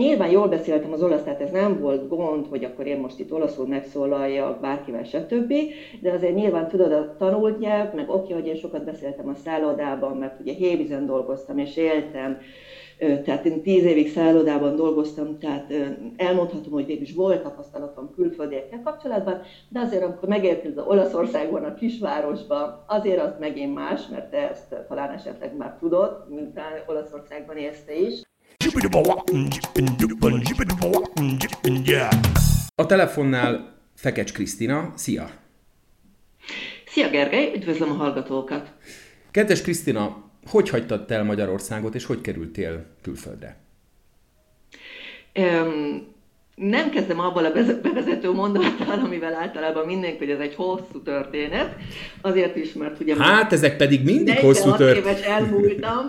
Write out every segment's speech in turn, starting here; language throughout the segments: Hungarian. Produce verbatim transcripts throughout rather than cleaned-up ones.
nyilván jól beszéltem az olasz, tehát ez nem volt gond, hogy akkor én most itt olaszul megszólaljak bárkivel, stb. De azért nyilván tudod, a tanult nyelv, meg oké, hogy én sokat beszéltem a szállodában, mert ugye Hévízen dolgoztam és éltem, tehát én tíz évig szállodában dolgoztam, tehát elmondhatom, hogy végül is volt tapasztalatom külföldiekkel kapcsolatban, de azért, amikor megérkezett Olaszországban, a kisvárosban, azért az megint más, mert te ezt talán esetleg már tudod, miután Olaszországban élsz te is. A telefonnál Fekecs Krisztina. Szia! Szia Gergely, üdvözlöm a hallgatókat! Kedves Krisztina, hogy hagytad te el Magyarországot, és hogy kerültél külföldre? Um, nem kezdem abban a bevezető mondattal, amivel általában mindenki, hogy ez egy hosszú történet. Azért is, mert ugye... Hát, ezek pedig mindig hosszú történet. éves elmúltam.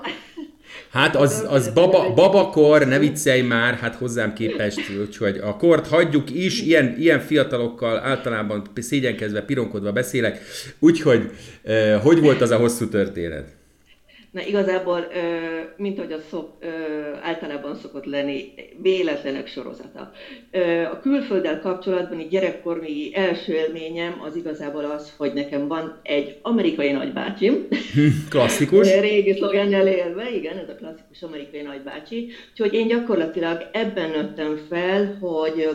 Hát az, az baba, babakor, ne viccelj már, hát hozzám képest, úgyhogy a kort hagyjuk is, ilyen, ilyen fiatalokkal általában szégyenkezve, pironkodva beszélek, úgyhogy eh, hogy volt az a hosszú történet? Na igazából, mint ahogy az szok, általában szokott lenni, véletlenek sorozata. A külfölddel kapcsolatban egy gyerekkori első élményem az igazából az, hogy nekem van egy amerikai nagybácsim. Klasszikus. Régi szlogennel élve, igen, ez a klasszikus amerikai nagybácsi. Úgyhogy én gyakorlatilag ebben nőttem fel, hogy,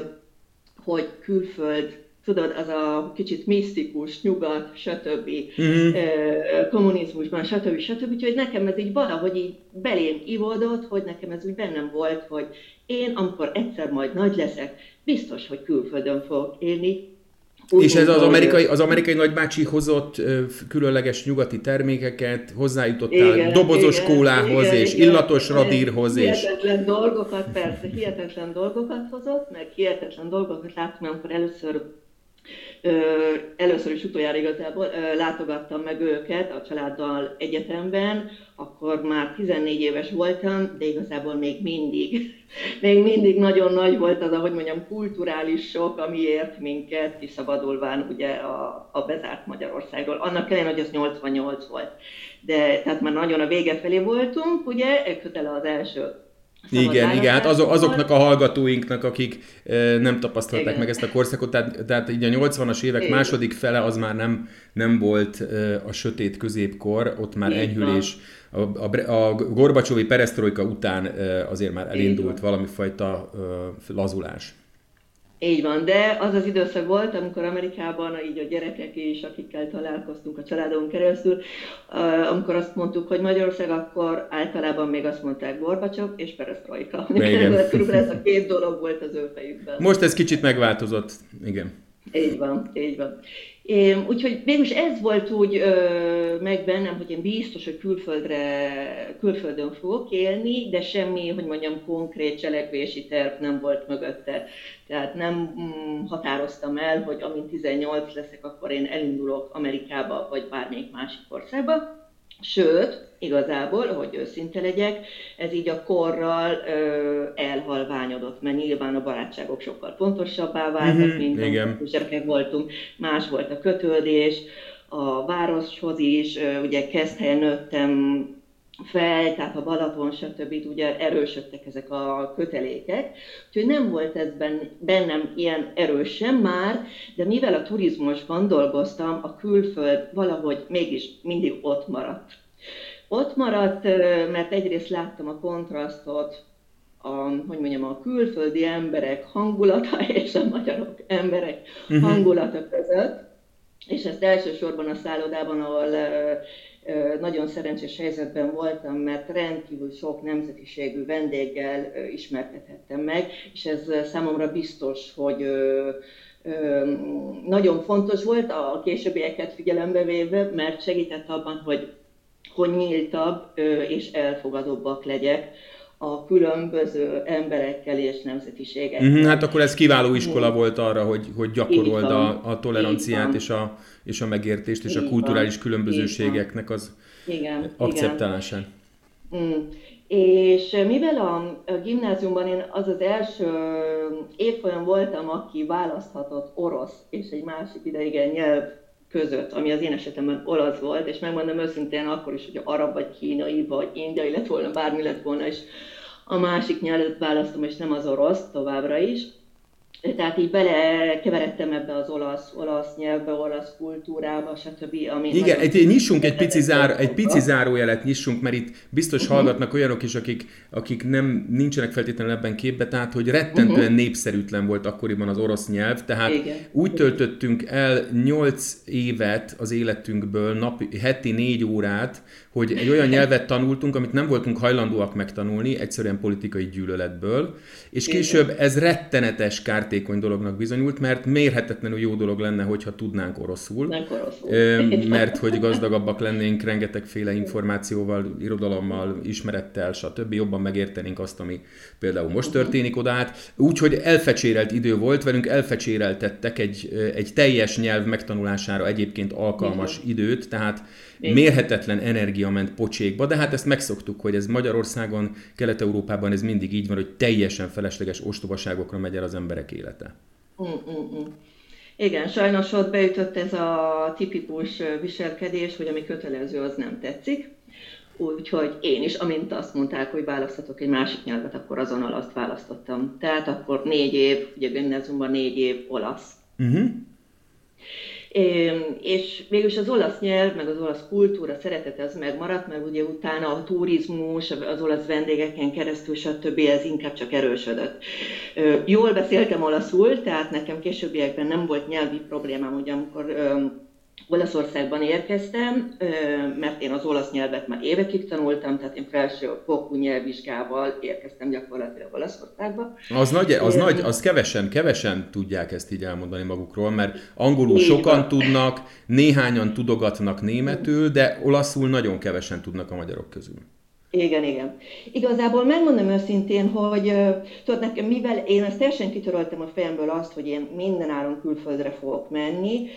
hogy külföld, tudod, az a kicsit misztikus, nyugat, stb. Mm-hmm. kommunizmusban, stb. stb. Úgyhogy nekem ez így valahogy így belém ivódott, hogy nekem ez úgy bennem volt, hogy én, amikor egyszer majd nagy leszek, biztos, hogy külföldön fogok élni. Úgy, és ez az amerikai, az amerikai nagybácsi hozott ö, különleges nyugati termékeket, hozzájutottál igen, dobozos igen, kólához igen, és igen, illatos radírhoz. Hihetetlen és... dolgokat, persze, hihetetlen dolgokat hozott, meg hihetetlen dolgokat láttam, amikor először Ö, először is utoljára igazából ö, látogattam meg őket a családdal egyetemben, akkor már tizennégy éves voltam, de igazából még mindig, még mindig nagyon nagy volt az, ahogy mondjam, kulturális sok, ami ért minket, kiszabadulván ugye a, a bezárt Magyarországról. Annak ellenére, hogy ez nyolcvannyolc volt. De tehát már nagyon a vége felé voltunk, ugye, kötele az első. Igen, igen, hát azok, azoknak a hallgatóinknak, akik e, nem tapasztalták igen. meg ezt a korszakot, tehát, tehát így a nyolcvanas évek igen. második fele az már nem, nem volt e, a sötét középkor, ott már igen. enyhülés. A, a, a Gorbacsovi peresztrojka után e, azért már elindult valami fajta e, lazulás. Így van, de az az időszak volt, amikor Amerikában így a gyerekek is, akikkel találkoztunk a családon keresztül, amikor azt mondtuk, hogy Magyarország, akkor általában még azt mondták Gorbacsov és peresztrojka. Körülbelül ez a két dolog volt az ő fejükben. Most ez kicsit megváltozott, igen. Így van, így van. É, úgyhogy végülis ez volt úgy ö, meg bennem, hogy én biztos, hogy külföldre, külföldön fogok élni, de semmi, hogy mondjam, konkrét cselekvési terv nem volt mögötte. Tehát nem mm, határoztam el, hogy amint tizennyolc leszek, akkor én elindulok Amerikába, vagy bármelyik másik országba. Sőt, igazából, hogy őszinte legyek, ez így a korral ö, elhalványodott, mert nyilván a barátságok sokkal fontosabbá váltak, mm-hmm, mint amikor gyerekek voltunk. Más volt a kötődés, a városhoz is, ö, ugye Keszthelyen nőttem fel, tehát a Balaton, stb. Ugye erősödtek ezek a kötelékek, úgyhogy nem volt ez bennem ilyen erősen már, de mivel a turizmusban dolgoztam, a külföld valahogy mégis mindig ott maradt. Ott maradt, mert egyrészt láttam a kontrasztot, a, hogy mondjam, a külföldi emberek hangulata és a magyarok emberek uh-huh. hangulata között, és ezt elsősorban a szállodában, ahol nagyon szerencsés helyzetben voltam, mert rendkívül sok nemzetiségű vendéggel ismerkedhettem meg, és ez számomra biztos, hogy nagyon fontos volt a későbbieket figyelembe véve, mert segített abban, hogy, hogy nyíltabb és elfogadóbbak legyek a különböző emberekkel és nemzetiségekkel. Mm-hmm, hát akkor ez kiváló iskola volt arra, hogy, hogy gyakorold a, a toleranciát és a, és a megértést és így a kulturális van, különbözőségeknek az igen, akceptálásán. Igen. Mm. És mivel a, a gimnáziumban én az az első évfolyam voltam, aki választhatott orosz és egy másik idegen nyelv között, ami az én esetemben olasz volt, és megmondom őszintén akkor is, hogy arab vagy kínai vagy indiai lett volna, bármi lett volna, és a másik nyelvet választom, és nem az orosz továbbra is. Tehát így belekeveredtem ebbe az olasz, olasz nyelvbe, olasz kultúrába, stb. Ami igen, egy, nyissunk egy pici, zár, egy pici zárójelet, nyissunk, mert itt biztos uh-huh. hallgatnak olyanok is, akik, akik nem, nincsenek feltétlenül ebben képbe, tehát hogy rettentően uh-huh. népszerűtlen volt akkoriban az orosz nyelv, tehát igen. úgy töltöttünk el nyolc évet az életünkből, napi, heti négy órát, hogy egy olyan nyelvet tanultunk, amit nem voltunk hajlandóak megtanulni, egyszerűen politikai gyűlöletből, és később ez rettenetes, kártékony dolognak bizonyult, mert mérhetetlenül jó dolog lenne, hogyha tudnánk oroszul, nem oroszul. mert hogy gazdagabbak lennénk rengetegféle információval, irodalommal, ismerettel, stb. Jobban megértenénk azt, ami például most történik odát. Úgyhogy elfecsérelt idő volt, velünk elfecséreltettek egy, egy teljes nyelv megtanulására egyébként alkalmas időt, tehát mérhetetlen energia ment pocsékba, de hát ezt megszoktuk, hogy ez Magyarországon, Kelet-Európában ez mindig így van, hogy teljesen felesleges ostobaságokra megy el az emberek élete. Mm-mm. Igen, sajnos ott beütött ez a tipikus viselkedés, hogy ami kötelező, az nem tetszik. Úgyhogy én is, amint azt mondták, hogy választhatok egy másik nyelvet, akkor azonnal azt választottam. Tehát akkor négy év, ugye gimnáziumban négy év olasz. Uh-huh. És végülis az olasz nyelv, meg az olasz kultúra szeretete az megmaradt, meg ugye utána a turizmus, az olasz vendégeken keresztül, stb. Ez inkább csak erősödött. Jól beszéltem olaszul, tehát nekem későbbiekben nem volt nyelvi problémám, ugye amikor Olaszországban érkeztem, mert én az olasz nyelvet már évekig tanultam, tehát én felsőfokú nyelvvizsgával érkeztem gyakorlatilag Olaszországba. Az nagy, az é, nagy, az kevesen, kevesen tudják ezt így elmondani magukról, mert angolul sokan van. tudnak, néhányan tudogatnak németül, de olaszul nagyon kevesen tudnak a magyarok közül. Igen, igen. Igazából megmondom őszintén, hogy tudod nekem, mivel én ezt teljesen kitöröltem a fejemből azt, hogy én mindenáron külföldre fogok menni,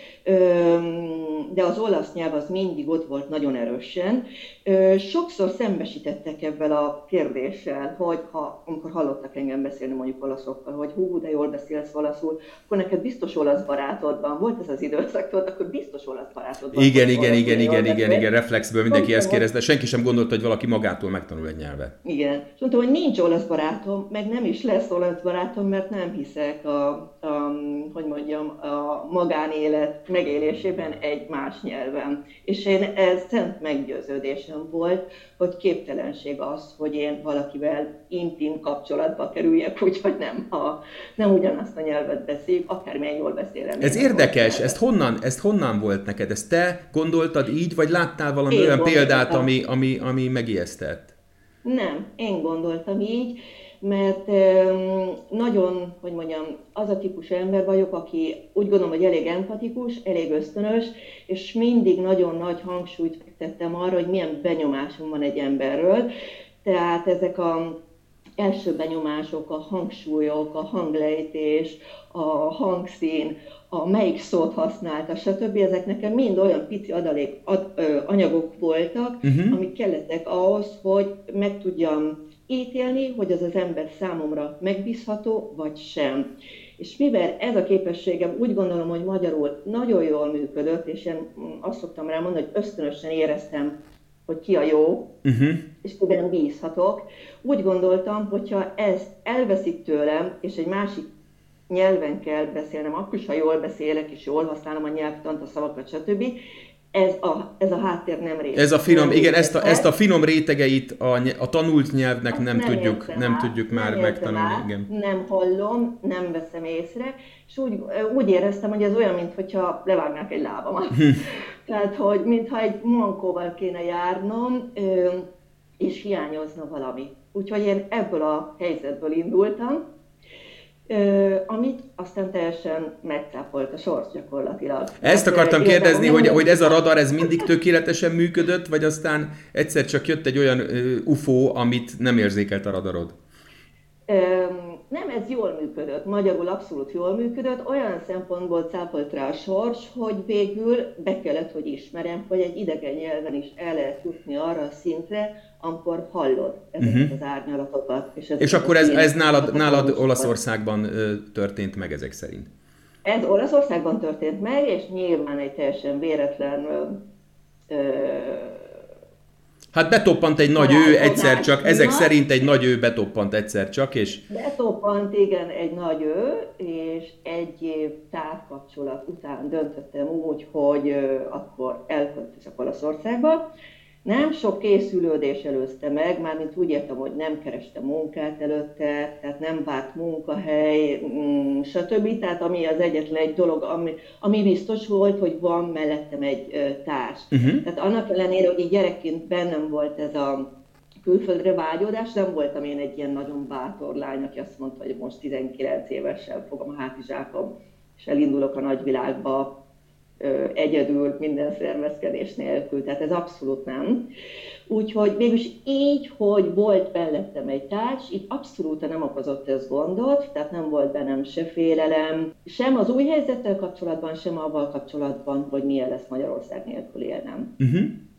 de az olasz nyelv az mindig ott volt nagyon erősen. Sokszor szembesítettek ebben a kérdéssel, hogy ha, amikor hallottak engem beszélni mondjuk olaszokkal, hogy hú, de jól beszélsz olaszul, akkor neked biztos olasz barátod van. Volt ez az időszak, tudod, akkor biztos olasz barátod van. Igen, igen, igen, igen, igen, igen, reflexből mindenki ezt kérdezte, senki sem gondolta, hogy valaki magától megtanul egy nyelvet. Igen. És mondtam, hogy nincs olasz barátom, meg nem is lesz olasz barátom, mert nem hiszek a, a, hogy mondjam, a magánélet megélésében egy más nyelven. És én ez szent meggyőződésem volt, hogy képtelenség az, hogy én valakivel intim kapcsolatba kerüljek, úgyhogy nem, ha nem ugyanazt a nyelvet beszéljük, akármilyen jól beszélem. Ez érdekes, ezt honnan, ezt honnan volt neked? Ezt te gondoltad így, vagy láttál valami én olyan gondoltam. példát, ami, ami, ami megijesztett? Nem, én gondoltam így, mert nagyon, hogy mondjam, az a típus ember vagyok, aki úgy gondolom, hogy elég empatikus, elég ösztönös, és mindig nagyon nagy hangsúlyt fektettem arra, hogy milyen benyomásom van egy emberről. Tehát ezek az első benyomások, a hangsúlyok, a hanglejtés, a hangszín, a melyik szót használta, stb. Ezek nekem mind olyan pici adalék ad, ö, anyagok voltak, uh-huh. amik kellettek ahhoz, hogy meg tudjam ítélni, hogy az az ember számomra megbízható, vagy sem. És mivel ez a képességem úgy gondolom, hogy magyarul nagyon jól működött, és én azt szoktam rá mondani, hogy ösztönösen éreztem, hogy ki a jó, uh-huh. és kiben bízhatok, úgy gondoltam, hogyha ezt elveszik tőlem, és egy másik nyelven kell beszélnem, akkor is, ha jól beszélek, és jól használom a nyelvtant, a szavakat, stb. Ez a, ez a háttér nem réteg. Ez a finom, nem igen, ezt a, ezt a finom rétegeit a, a tanult nyelvnek nem, nem tudjuk, nem tudjuk már nem megtanulni. Át, igen. Nem hallom, nem veszem észre, és úgy, úgy éreztem, hogy ez olyan, mintha levágnák egy lábamat. Tehát, hogy mintha egy mankóval kéne járnom, és hiányozna valami. Úgyhogy én ebből a helyzetből indultam, Ö, amit aztán teljesen megcápolt a sors gyakorlatilag. Ezt hát, akartam kérdezni, hogy, hogy ez a radar ez mindig tökéletesen működött, vagy aztán egyszer csak jött egy olyan uh, u f o, amit nem érzékelt a radarod? Ö, nem, ez jól működött, magyarul abszolút jól működött, olyan szempontból cápolt rá a sors, hogy végül be kellett, hogy ismerem, hogy egy idegen nyelven is el lehet jutni arra a szintre, amikor hallod ezeket uh-huh. az árnyalatokat. És, és akkor ez, ez nálad, nálad Olaszországban ö, történt meg ezek szerint? Ez Olaszországban történt meg, és nyilván egy teljesen véletlen ö, ö, Hát betoppant egy nagy ő egyszer csak, ezek szerint egy nagy ő betoppant egyszer csak, és... Betoppant, igen, egy nagy ő, és egy év távkapcsolat után döntöttem úgy, hogy akkor elköltözök Olaszországba. Nem sok készülődés előzte meg, mármint úgy értem, hogy nem kerestem munkát előtte, tehát nem várt munkahely, stb. Tehát ami az egyetlen egy dolog, ami, ami biztos volt, hogy van mellettem egy társ. Uh-huh. Tehát annak ellenére, hogy gyerekként bennem volt ez a külföldre vágyódás, nem voltam én egy ilyen nagyon bátor lány, aki azt mondta, hogy most tizenkilenc évesen fogom a hátizsákom, és elindulok a nagyvilágba, egyedül, minden szervezkedés nélkül, tehát ez abszolút nem. Úgyhogy mégis így, hogy volt mellettem egy társ, itt abszolút nem okozott ez gondot, tehát nem volt bennem se félelem, sem az új helyzettel kapcsolatban, sem avval kapcsolatban, hogy milyen lesz Magyarország nélkül élnem. Uh-huh.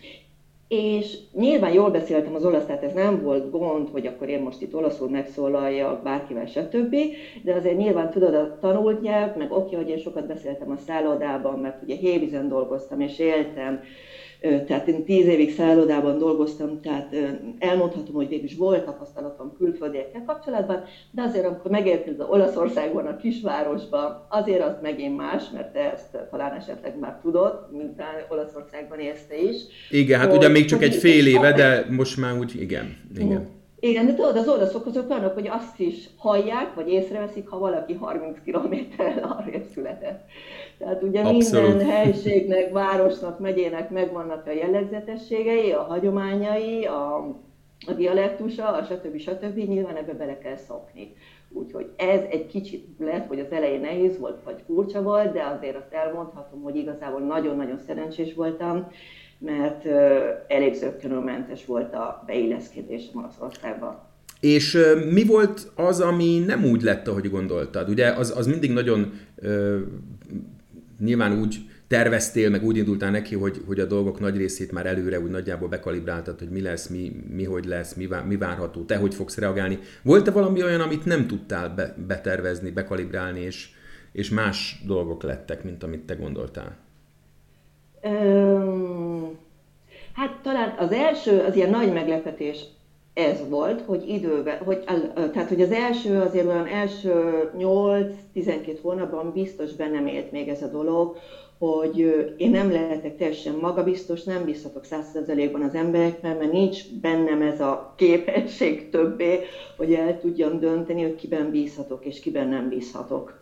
És nyilván jól beszéltem az olasz, tehát ez nem volt gond, hogy akkor én most itt olaszul megszólaljak bárkivel, stb. De azért nyilván tudod a tanult nyelv, meg oké, hogy én sokat beszéltem a szállodában, mert ugye Hévízen dolgoztam és éltem, tehát én tíz évig szállodában dolgoztam, tehát elmondhatom, hogy végül is volt tapasztalatom külföldiekkel kapcsolatban, de azért amikor megérkezett Olaszországban, a kisvárosban, azért az megint más, mert te ezt talán esetleg már tudod, miután Olaszországban élsz te is. Igen, hát ugye még csak egy fél éve, de most már úgy igen. igen. Igen, de tudod, az olaszok azok olyanok, hogy azt is hallják, vagy észreveszik, ha valaki harminc kilométerrel arrébb született. Tehát ugye abszolút. Minden helységnek, városnak, megyének megvannak a jellegzetességei, a hagyományai, a, a dialektusa, a stb. stb. Nyilván ebbe bele kell szokni. Úgyhogy ez egy kicsit lehet, hogy az elején nehéz volt, vagy furcsa volt, de azért azt elmondhatom, hogy igazából nagyon-nagyon szerencsés voltam, mert uh, elég zökkenőmentes volt a beilleszkedésem Olaszországban. És uh, mi volt az, ami nem úgy lett, ahogy gondoltad? Ugye az, az mindig nagyon uh, nyilván úgy terveztél, meg úgy indultál neki, hogy, hogy a dolgok nagy részét már előre úgy nagyjából bekalibráltad, hogy mi lesz, mi, mi hogy lesz, mi, vár, mi várható, te hogy fogsz reagálni. Volt-e valami olyan, amit nem tudtál be, betervezni, bekalibrálni, és, és más dolgok lettek, mint amit te gondoltál? Um, hát talán az első, az ilyen nagy meglepetés ez volt, hogy időben, hogy, tehát hogy az első, azért olyan első nyolc-tizenkét hónapban biztos bennem élt még ez a dolog, hogy én nem lehetek teljesen magabiztos, nem bízhatok száz százalékban az emberekben, mert nincs bennem ez a képesség többé, hogy el tudjam dönteni, hogy kiben bízhatok és kiben nem bízhatok.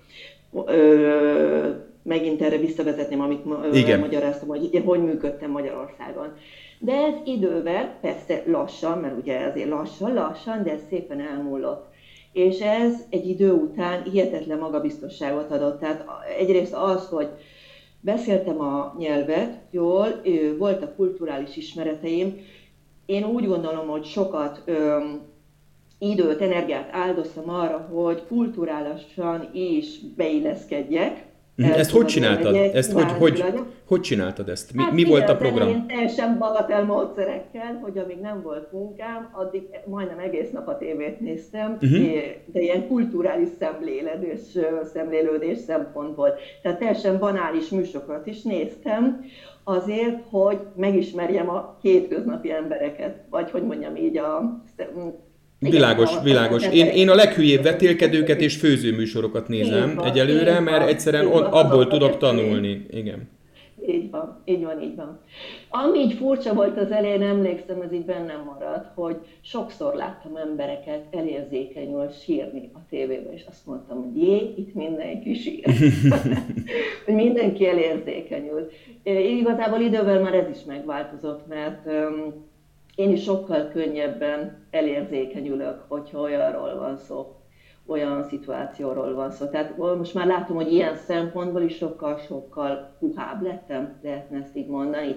Ö, megint erre visszavezetném, amit elmagyaráztam, hogy én hogy működtem Magyarországon. De ez idővel, persze lassan, mert ugye azért lassan, lassan, de ez szépen elmúlott. És ez egy idő után hihetetlen magabiztosságot adott. Tehát egyrészt az, hogy beszéltem a nyelvet jól, voltak kulturális ismereteim. Én úgy gondolom, hogy sokat öm, időt, energiát áldoztam arra, hogy kulturálisan is beilleszkedjek. Ezt hogy csináltad? Ezt hogy, hogy, hogy csináltad ezt? Mi, hát mi volt a program? Én teljesen bagatel módszerekkel, hogy amíg nem volt munkám, addig majdnem egész nap a tévét néztem, uh-huh. de ilyen kulturális szemlélődés, szemlélődés szempontból. Tehát teljesen banális műsorokat is néztem, azért, hogy megismerjem a hétköznapi embereket, vagy hogy mondjam így a... Igen, világos, világos. Én, én a leghülyébb vetélkedőket és főzőműsorokat nézem van, egyelőre, mert egyszerűen van, abból tudok tanulni. Igen. Így van, így van, így van. Ami így furcsa volt az elején, emlékszem, ez így bennem maradt, hogy sokszor láttam embereket elérzékenyül sírni a tévében, és azt mondtam, hogy jé, itt mindenki sír. Hogy mindenki elérzékenyül. Igazából idővel már ez is megváltozott, mert um, én is sokkal könnyebben elérzékenyülök, hogyha olyanról van szó, olyan szituációról van szó. Tehát most már látom, hogy ilyen szempontból is sokkal-sokkal puhább lettem, lehetne ezt így mondani.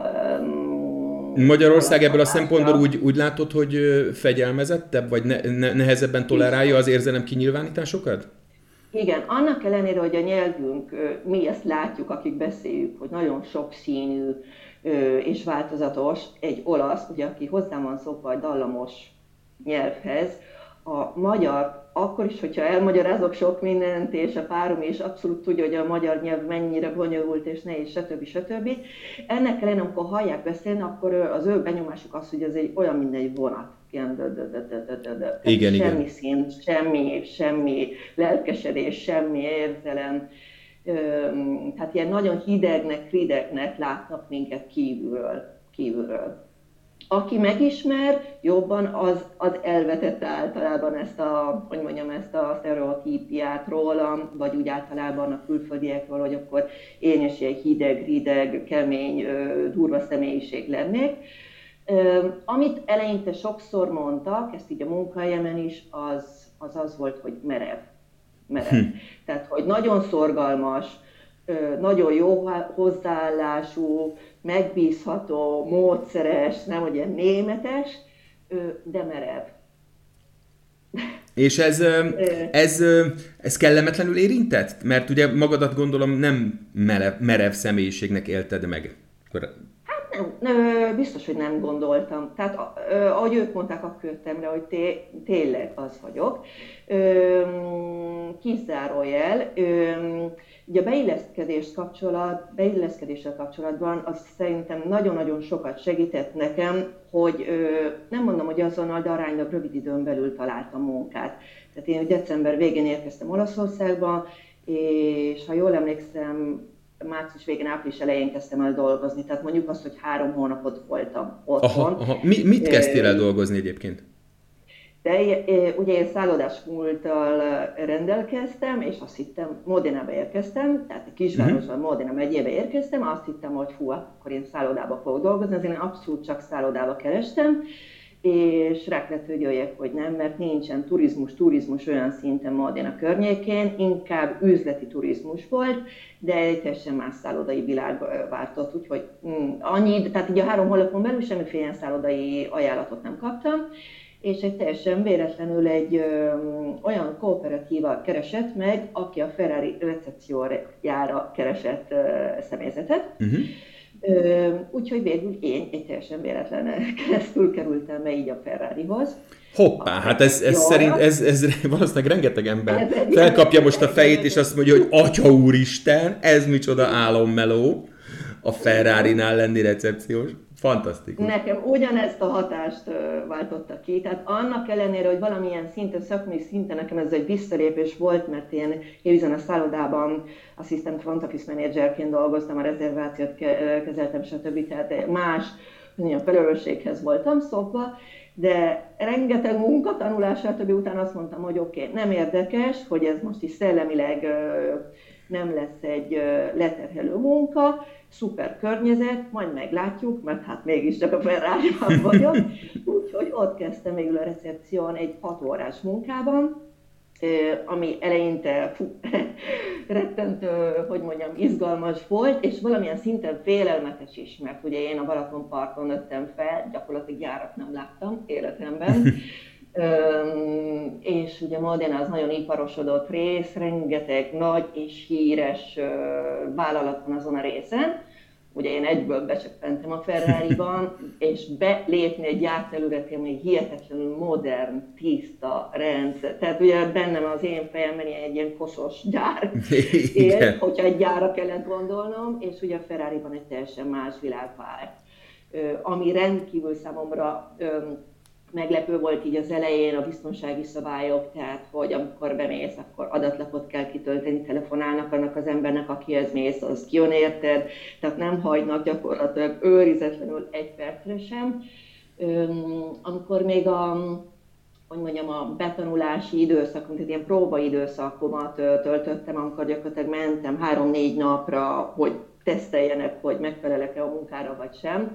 Um, Magyarország ebből a szempontból úgy, úgy látod, hogy fegyelmezettebb, vagy ne, ne, nehezebben tolerálja az érzelem kinyilvánításokat? Igen, annak ellenére, hogy a nyelvünk, mi ezt látjuk, akik beszéljük, hogy nagyon sokszínű, és változatos, egy olasz, ugye, aki hozzá van szokva egy dallamos nyelvhez, a magyar, akkor is, hogyha elmagyarázok sok mindent, és a párom is abszolút tudja, hogy a magyar nyelv mennyire bonyolult és nehéz, stb. stb. Ennek ellenére, amikor hallják beszélni, akkor az ő benyomásuk az, hogy ez egy olyan, mint egy vonat. Ilyen dö, dö, dö, dö, dö, dö. Igen, semmi igen. szint, semmi, semmi lelkesedés, semmi érzelem. Tehát ilyen nagyon hidegnek, ridegnek látnak minket kívülről. kívülről. Aki megismer jobban, az, az elvetette általában ezt a, hogy mondjam, ezt a sztereotípiát rólam, vagy úgy általában a külföldiekről, hogy akkor én is egy hideg, rideg, kemény, durva személyiség lennék. Amit eleinte sokszor mondtak, ezt így a munkahelyemen is, az az, az volt, hogy merev. merev. Hm. Tehát, hogy nagyon szorgalmas, nagyon jó hozzáállású, megbízható, módszeres, nem ugye németes, de merev. És ez, ez, ez kellemetlenül érintett? Mert ugye magadat gondolom nem merev, merev személyiségnek élted meg. Hát nem, biztos, hogy nem gondoltam. Tehát ahogy ők mondták, akkor jöttem rá, hogy té, tényleg az vagyok. Kizárójel. Ugye a beilleszkedés kapcsolat, beilleszkedéssel kapcsolatban az szerintem nagyon-nagyon sokat segített nekem, hogy nem mondom, hogy azonnal, de aránylag rövid időn belül találtam munkát. Tehát én december végén érkeztem Olaszországba, és ha jól emlékszem, március végén, április elején kezdtem el dolgozni, tehát mondjuk azt, hogy három hónapot voltam otthon. Aha, aha. Mi, mit kezdtél el dolgozni egyébként? De ugye én szállodás múlttal rendelkeztem, és azt hittem, Modenába érkeztem, tehát a kisvárosban, uh-huh. Modena megyébe érkeztem, azt hittem, hogy hú, akkor én szállodába fogok dolgozni, azért én abszolút csak szállodába kerestem, és rá kellett, hogy jöjjek, hogy nem, mert nincsen turizmus, turizmus olyan szinten Modena környékén, inkább üzleti turizmus volt, de egy teljesen más szállodai világ vártott, úgyhogy mm, annyi, tehát így a három hónapon belül semmiféle szállodai ajánlatot nem kaptam, és egy teljesen véletlenül egy ö, olyan kooperatíva keresett meg, aki a Ferrari recepciójára keresett ö, személyzetet. Uh-huh. Ö, úgyhogy végül én egy teljesen véletlen keresztül kerültem be így a Ferrarihoz. Hoppá, a hát ez, ez szerint, ez, ez valószínűleg rengeteg ember felkapja most a fejét, és azt mondja, hogy Atya úristen, ez micsoda álommeló a Ferrarinál lenni recepciós. Fantasztikus. Nekem ugyanezt a hatást váltotta ki, tehát annak ellenére, hogy valamilyen szinten, szakmai szinten nekem ez egy visszalépés volt, mert én Hévízen a szállodában asszisztent front office managerként dolgoztam, a rezervációt kezeltem, stb. Tehát más a felelősséghez voltam szokva, de rengeteg munka, tanulás, stb. Után azt mondtam, hogy oké, okay, nem érdekes, hogy ez most is szellemileg nem lesz egy leterhelő munka, szuper környezet, majd meglátjuk, mert hát mégiscsak a Ferrariban vagyok. Úgyhogy ott kezdtem végül a recepción egy hat órás munkában, ami eleinte fú, rettentő, hogy mondjam, izgalmas volt, és valamilyen szinten félelmetes is, mert ugye én a Balatonparton nőttem fel, gyakorlatilag gyárat nem láttam életemben. Üm, és ugye Modena az nagyon iparosodott rész, rengeteg nagy és híres uh, vállalat van azon a részen. Ugye én egyből becsöppentem a Ferrariban, és belépni egy gyárterületén, ami hihetetlenül modern, tiszta rendszer. Tehát ugye bennem az én fejemben egy ilyen koszos gyár él, hogyha egy gyárra kellett gondolnom, és ugye a Ferrariban egy teljesen más világ vált. Ami rendkívül számomra meglepő volt így az elején a biztonsági szabályok, tehát hogy amikor bemész, akkor adatlapot kell kitölteni, telefonálnak annak az embernek, akihez mész, az kijön érted, tehát nem hagynak gyakorlatilag őrizetlenül egy percre sem. Amikor még a, hogy mondjam, a betanulási időszakon, tehát ilyen próbaidőszakomat töltöttem, amikor gyakorlatilag mentem három-négy napra, hogy teszteljenek, hogy megfelelek-e a munkára vagy sem.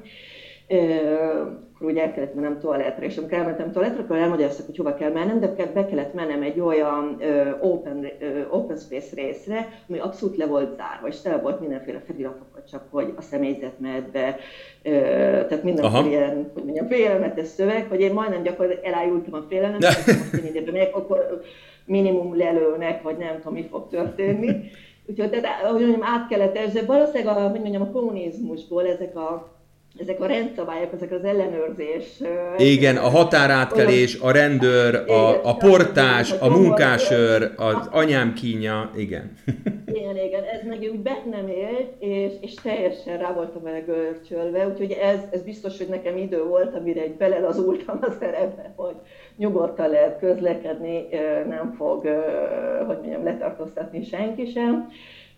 Akkor ugye el kellett mennem toaletre, és amikor elmentem toaletre, akkor elmagyaráztak, hogy hova kell mennem, de be kellett mennem egy olyan uh, open, uh, open space részre, ami abszolút le volt zárva, és tele volt mindenféle feliratokkal, csak hogy a személyzet mehet be, uh, tehát mindenféle ilyen, hogy mondjam, félelmetes szöveg, hogy én majdnem gyakorlatilag elájultam a félelmet, hogy én ide bemegyek, akkor minimum lelőnek, vagy nem tudom, mi fog történni. Úgyhogy tehát, hogy mondjam, át kellett ez, de valószínűleg a, hogy mondjam, a kommunizmusból ezek a ezek a rendszabályok, ezek az ellenőrzés. Igen, a határátkelés, a rendőr, a, a portás, a munkásőr, az anyám kínja, igen. Igen, igen, ez meg úgy bennem élt, és, és teljesen rá voltam vele görcsölve, úgyhogy ez, ez biztos, hogy nekem idő volt, amire egy belelazultam a szerepbe, hogy nyugodtan lehet közlekedni, nem fog, hogy mondjam, letartóztatni senki sem.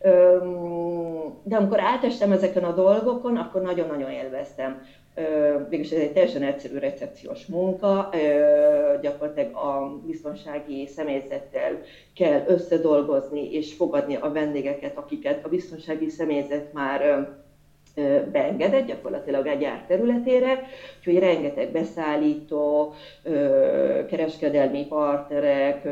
De amikor átestem ezeken a dolgokon, akkor nagyon-nagyon élveztem. Végülis ez egy teljesen egyszerű recepciós munka, gyakorlatilag a biztonsági személyzettel kell összedolgozni és fogadni a vendégeket, akiket a biztonsági személyzet már beengedett gyakorlatilag a gyár területére, úgyhogy rengeteg beszállító, kereskedelmi partnerek,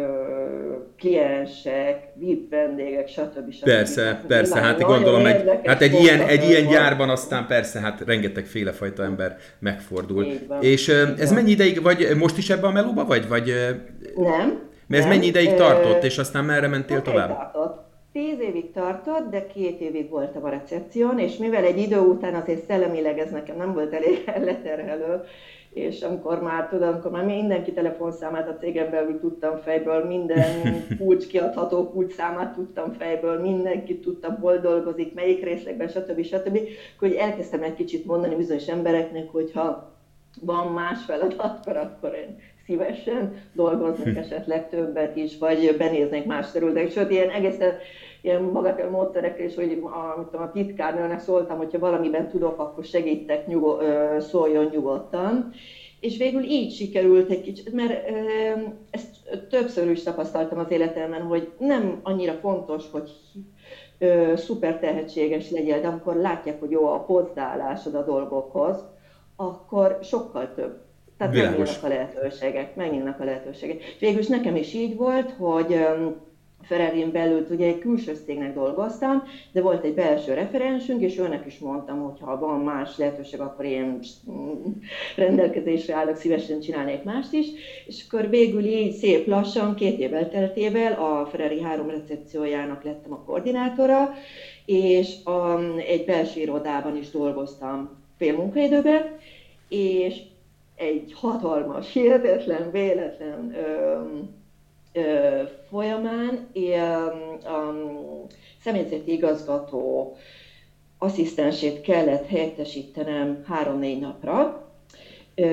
kliensek, vé i pé vendégek, stb. stb. Persze, persze, hát gondolom, egy, hát egy ilyen, egy ilyen gyárban aztán persze, hát rengeteg félefajta ember megfordul. Van, és ez van. Mennyi ideig, vagy most is ebben a melóba vagy? vagy nem. Mert ez nem. mennyi ideig tartott, és aztán merre mentél tovább? Tartott. Tíz évig tartott, de két évig voltam a recepción, és mivel egy idő után azért szellemileg ez nekem nem volt elég leterhelő, és amikor már tudom, amikor már mindenki telefonszámát a cégen belül tudtam fejből, minden kulcs kiadható kulcsszámát tudtam fejből, mindenki tudta, hol dolgozik, melyik részlegben, stb. stb. Hogy elkezdtem egy kicsit mondani bizonyos embereknek, hogyha van más feladat, akkor én szívesen dolgoznék esetleg többet is, vagy benéznék más területek. Sőt, ilyen egészen ilyen magatel módszerekkel is, hogy a, mit tudom, a titkárnőnek szóltam, hogyha valamiben tudok, akkor segítek, nyugo, szóljon nyugodtan. És végül így sikerült egy kicsit, mert ezt többször is tapasztaltam az életemben, hogy nem annyira fontos, hogy szuper tehetséges legyél, de amikor látják, hogy jó a hozzáállásod a dolgokhoz, akkor sokkal több. Tehát megnyílnak a lehetőségek, megnyílnak a lehetőségek. Végülis nekem is így volt, hogy Ferrarin belül ugye egy külső cégnek dolgoztam, de volt egy belső referensünk, és őnek is mondtam, hogy ha van más lehetőség, akkor én rendelkezésre állok, szívesen csinálnék mást is. És akkor végül így szép lassan, két év elteltével a Ferrari három recepciójának lettem a koordinátora, és a, egy belső irodában is dolgoztam fél munkaidőben, és egy hatalmas, hihetetlen, véletlen ö, ö, folyamán a személyzeti igazgató asszisztensét kellett helyettesítenem három-négy napra, ö,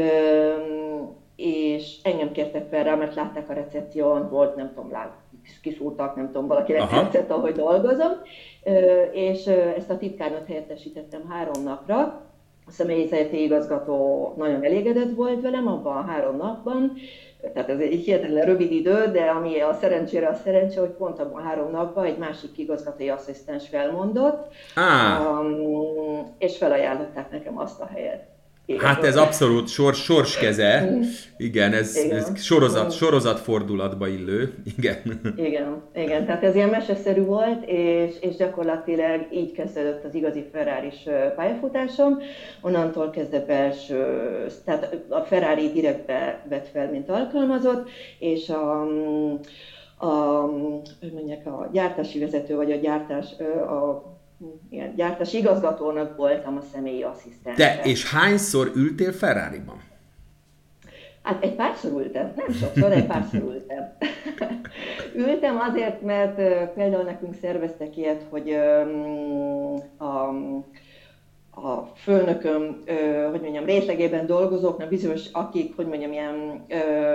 és engem kértek fel rá, mert látták a recepción, volt, nem tudom, lát, kiszúrtak, nem tudom, valakinek tetszett, ahogy dolgozom, ö, és ezt a titkárnőt helyettesítettem három napra. A személyzeti igazgató nagyon elégedett volt velem abban a három napban, tehát ez egy hihetetlen rövid idő, de ami a szerencsére a szerencse, hogy pont abban a három napban egy másik igazgatói asszisztens felmondott, ah. um, és felajánlották nekem azt a helyet. Igen, hát ez abszolút sors, sorskeze, igen, ez, igen. ez sorozat, sorozat fordulatba illő, igen. Igen, igen, tehát ez ilyen meseszerű volt, és, és gyakorlatilag így kezdődött az igazi Ferraris pályafutásom. Onnantól kezdve belső, tehát a Ferrari direktbe vett fel, mint alkalmazott, és a, a, hogy mondják, a gyártási vezető, vagy a gyártás, a igen, gyártási igazgatónak voltam a személyi asszisztens. De és hányszor ültél Ferrariban? Hát egy párszor ültem, nem sokszor, egy párszor ültem. Ültem azért, mert például nekünk szerveztek ilyet, hogy a, a főnököm, hogy mondjam, részlegében dolgozóknak bizonyos, akik, hogy mondjam, ilyen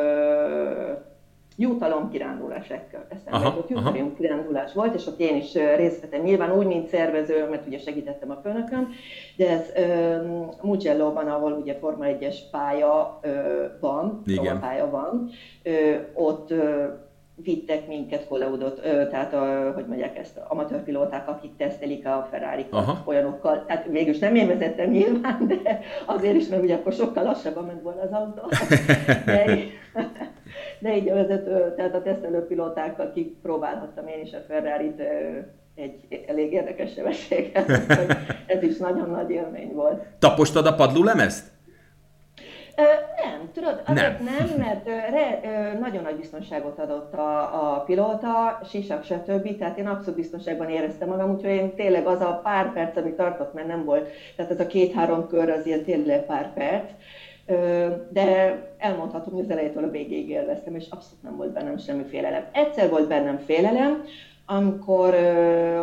jutalomkirándulás jutalomkirándulás volt, és ott én is részt vettem, nyilván úgy, mint szervező, mert ugye segítettem a főnököm, de ez uh, Mugello-ban, ahol ugye Forma egyes pálya uh, van, pálya van, uh, ott uh, vittek minket Hollywoodot, uh, tehát a, hogy mondják ezt, amatőrpilóták, akik tesztelik a Ferrari-kat olyanokkal, tehát végülis nem én vezettem nyilván, de azért is, mert ugye akkor sokkal lassabban ment volna az autó. De, de így a vezető, tehát a tesztelő pilótákkal kipróbálhattam én is a Ferrarit egy elég érdekes sebességgel, ez is nagyon nagy élmény volt. Tapostad a padlólemezt? Ö, nem, tudod, azért nem, nem mert ö, re, ö, nagyon nagy biztonságot adott a, a pilóta, sisak, stb. Tehát én abszolút biztonságban éreztem magam, úgyhogy én tényleg az a pár perc, ami tartott, mert nem volt, tehát ez a két-három kör az ilyen tényleg pár perc, ö, de elmondhatom, hogy az elejétől a végéig élveztem, és abszolút nem volt bennem semmi félelem. Egyszer volt bennem félelem, amikor ö,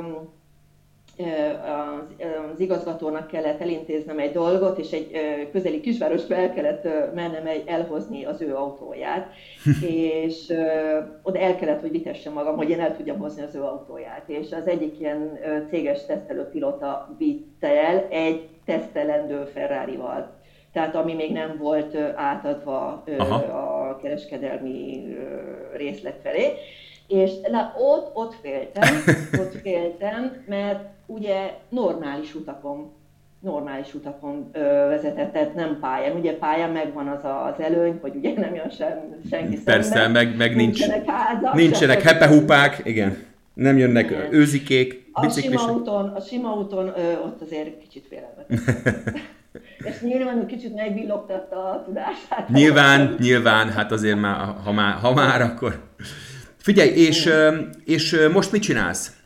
Az, az igazgatónak kellett elintéznem egy dolgot, és egy közeli kisvárosba el kellett mennem egy, elhozni az ő autóját, és oda el kellett, hogy vitessem magam, hogy én el tudjam hozni az ő autóját. És az egyik ilyen céges tesztelőpilóta vitte el egy tesztelendő Ferrarival. Tehát ami még nem volt átadva Aha. a kereskedelmi részlet felé. És na, ott, ott féltem, ott féltem, mert ugye normális utakon, normális utakon ö, vezetett, tehát nem pályán. Ugye pályán megvan az a, az előny, hogy ugye nem jön sem, senki Persze, szemben. meg, meg nincs, nincsenek házak, nincsenek hepehupák, igen. Nem jönnek igen. őzikék, biciklisek. A sima úton, a sima úton ö, ott azért kicsit félelmetes. És nyilván kicsit megvillogtatta a tudását. Nyilván, nyilván, hát azért már, ha már, ha már akkor... Figyelj, és, és most mit csinálsz?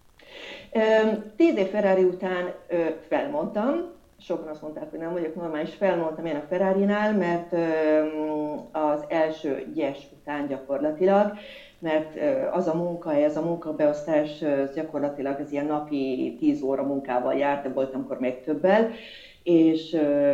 Tíz év Ferrari után felmondtam, sokan azt mondták, hogy nem vagyok normális, felmondtam én a Ferrarinál, mert az első gyes után gyakorlatilag, mert az a munkahely, ez a munkabeosztás gyakorlatilag az ilyen napi tíz óra munkával járt, de voltam akkor még többel, és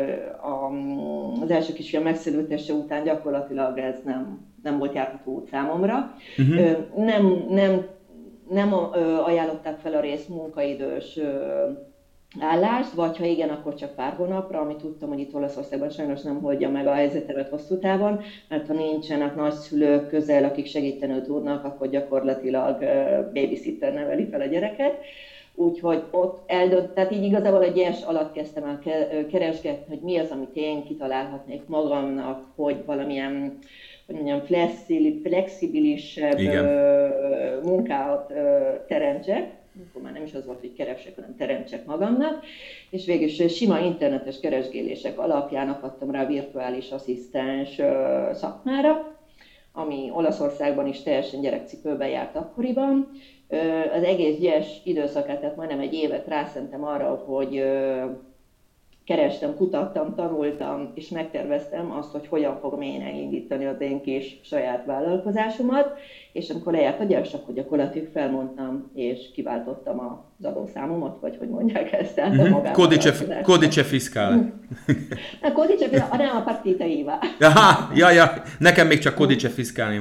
az első kisfiam megszülöttese után gyakorlatilag ez nem, nem volt járható út számomra. Uh-huh. Nem, nem, nem ajánlották fel a rész munkaidős állást, vagy ha igen, akkor csak pár hónapra, amit tudtam, hogy itt Olaszországban sajnos nem holdja meg a helyzetemet hosszú távon, mert ha nincsenek nagyszülők közel, akik segíteni tudnak, akkor gyakorlatilag babysitter neveli fel a gyereket. Úgyhogy ott eldönt, tehát így igazából a gyes alatt kezdtem el keresgetni, hogy mi az, amit én kitalálhatnék magamnak, hogy valamilyen, hogy mondjam, flexibilisebb munkát teremtsek. Akkor már nem is az volt, hogy keresek, hanem teremtsek magamnak. És végül is sima internetes keresgélések alapján akadtam rá a virtuális asszisztens szakmára, ami Olaszországban is teljesen gyerekcipőben járt akkoriban. Az egész gyes időszakát, tehát majdnem egy évet rászentem arra, hogy kerestem, kutattam, tanultam, és megterveztem azt, hogy hogyan fogom én elindítani az én kis saját vállalkozásomat, és amikor lejárt a gyes, akkor gyakorlatilag felmondtam, és kiváltottam az adószámomat, vagy hogy mondják ezt, tehát mm-hmm. a magánvállalkozásomat. Codice fiscale. A codice fiscale, nem a partita I V A. Aha, ja, ja, nekem még csak codice fiscale.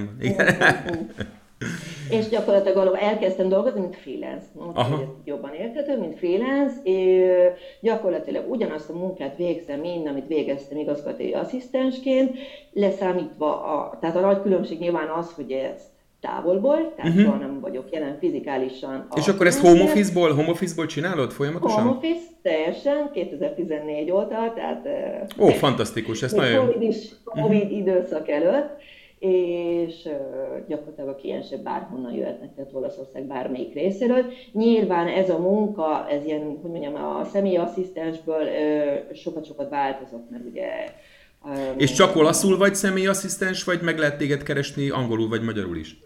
És gyakorlatilag elkezdtem dolgozni, mint freelance, jobban érthető, mint freelance, és gyakorlatilag ugyanazt a munkát végzem én, amit végeztem igazgatói asszisztensként, leszámítva, a, tehát a nagy különbség nyilván az, hogy ez távolból, tehát uh-huh. soha nem vagyok jelen fizikálisan. És akkor ezt home office-ból, home office-ból csinálod folyamatosan? Home office, teljesen, kétezer-tizennégy óta, tehát... Ó, fantasztikus, ez nagyon... Covid is, Covid uh-huh. időszak előtt, és gyakorlatilag a kliensek bárhonnan jöhetnek, tehát Olaszország bármelyik részéről. Nyilván ez a munka, ez ilyen, hogy mondjam, a személyasszisztensből sokat-sokat változott, mert ugye... És csak olaszul vagy személyasszisztens, vagy meg lehet téged keresni angolul vagy magyarul is?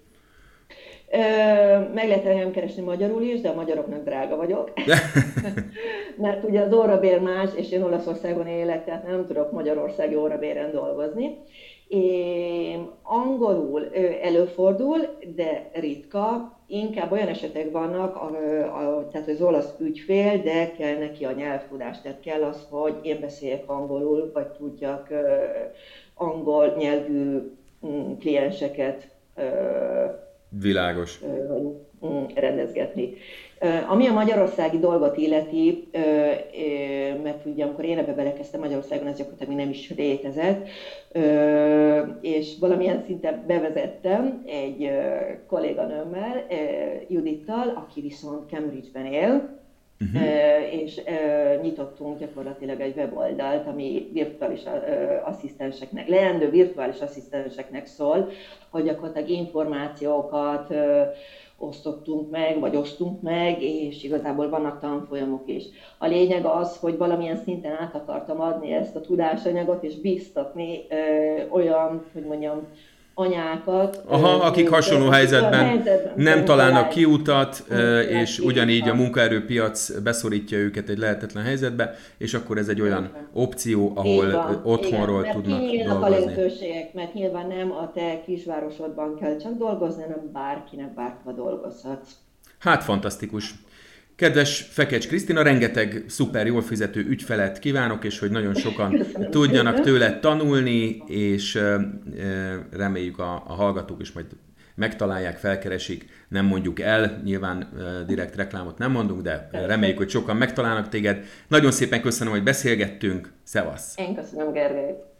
Meg lehet engem keresni magyarul is, de a magyaroknak drága vagyok. Mert ugye az órabér más, és én Olaszországon élek, tehát nem tudok magyarországi órabéren dolgozni. Én angolul előfordul, de ritka, inkább olyan esetek vannak, a, a, tehát az olasz ügyfél, de kell neki a nyelvtudás, tehát kell az, hogy én beszéljek angolul, vagy tudjak uh, angol nyelvű um, klienseket uh, Világos. Uh, um, rendezgetni. Uh, ami a magyarországi dolgot illeti, uh, uh, mert ugye amikor én ebbe belekezdtem Magyarországon, ez gyakorlatilag még nem is létezett, uh, és valamilyen szinten bevezettem egy uh, kolléganőmmel, uh, Judittal, aki viszont Cambridge-ben él, uh-huh. és nyitottunk gyakorlatilag egy weboldalt, ami virtuális asszisztenseknek, leendő virtuális asszisztenseknek szól, hogy gyakorlatilag információkat osztottunk meg, vagy osztunk meg, és igazából vannak tanfolyamok is. A lényeg az, hogy valamilyen szinten át akartam adni ezt a tudásanyagot, és biztatni ö, olyan, hogy mondjam, anyákat. Aha, akik hasonló helyzetben, helyzetben nem találnak kiutat, és ugyanígy a munkaerőpiac beszorítja őket egy lehetetlen helyzetbe, és akkor ez egy olyan opció, ahol van, otthonról igen, tudnak dolgozni. A lehetőségek, mert nyilván nem a te kisvárosodban kell csak dolgozni, hanem bárkinek bárhol dolgozhatsz. Hát fantasztikus. Kedves Fekecs Krisztina, rengeteg szuper jól fizető ügyfelet kívánok, és hogy nagyon sokan Köszönöm tudjanak szépen. Tőle tanulni, és reméljük a, a hallgatók is majd megtalálják, felkeresik, nem mondjuk el, nyilván direkt reklámot nem mondunk, de reméljük, hogy sokan megtalálnak téged. Nagyon szépen köszönöm, hogy beszélgettünk, szevasz! Én köszönöm, Gergely!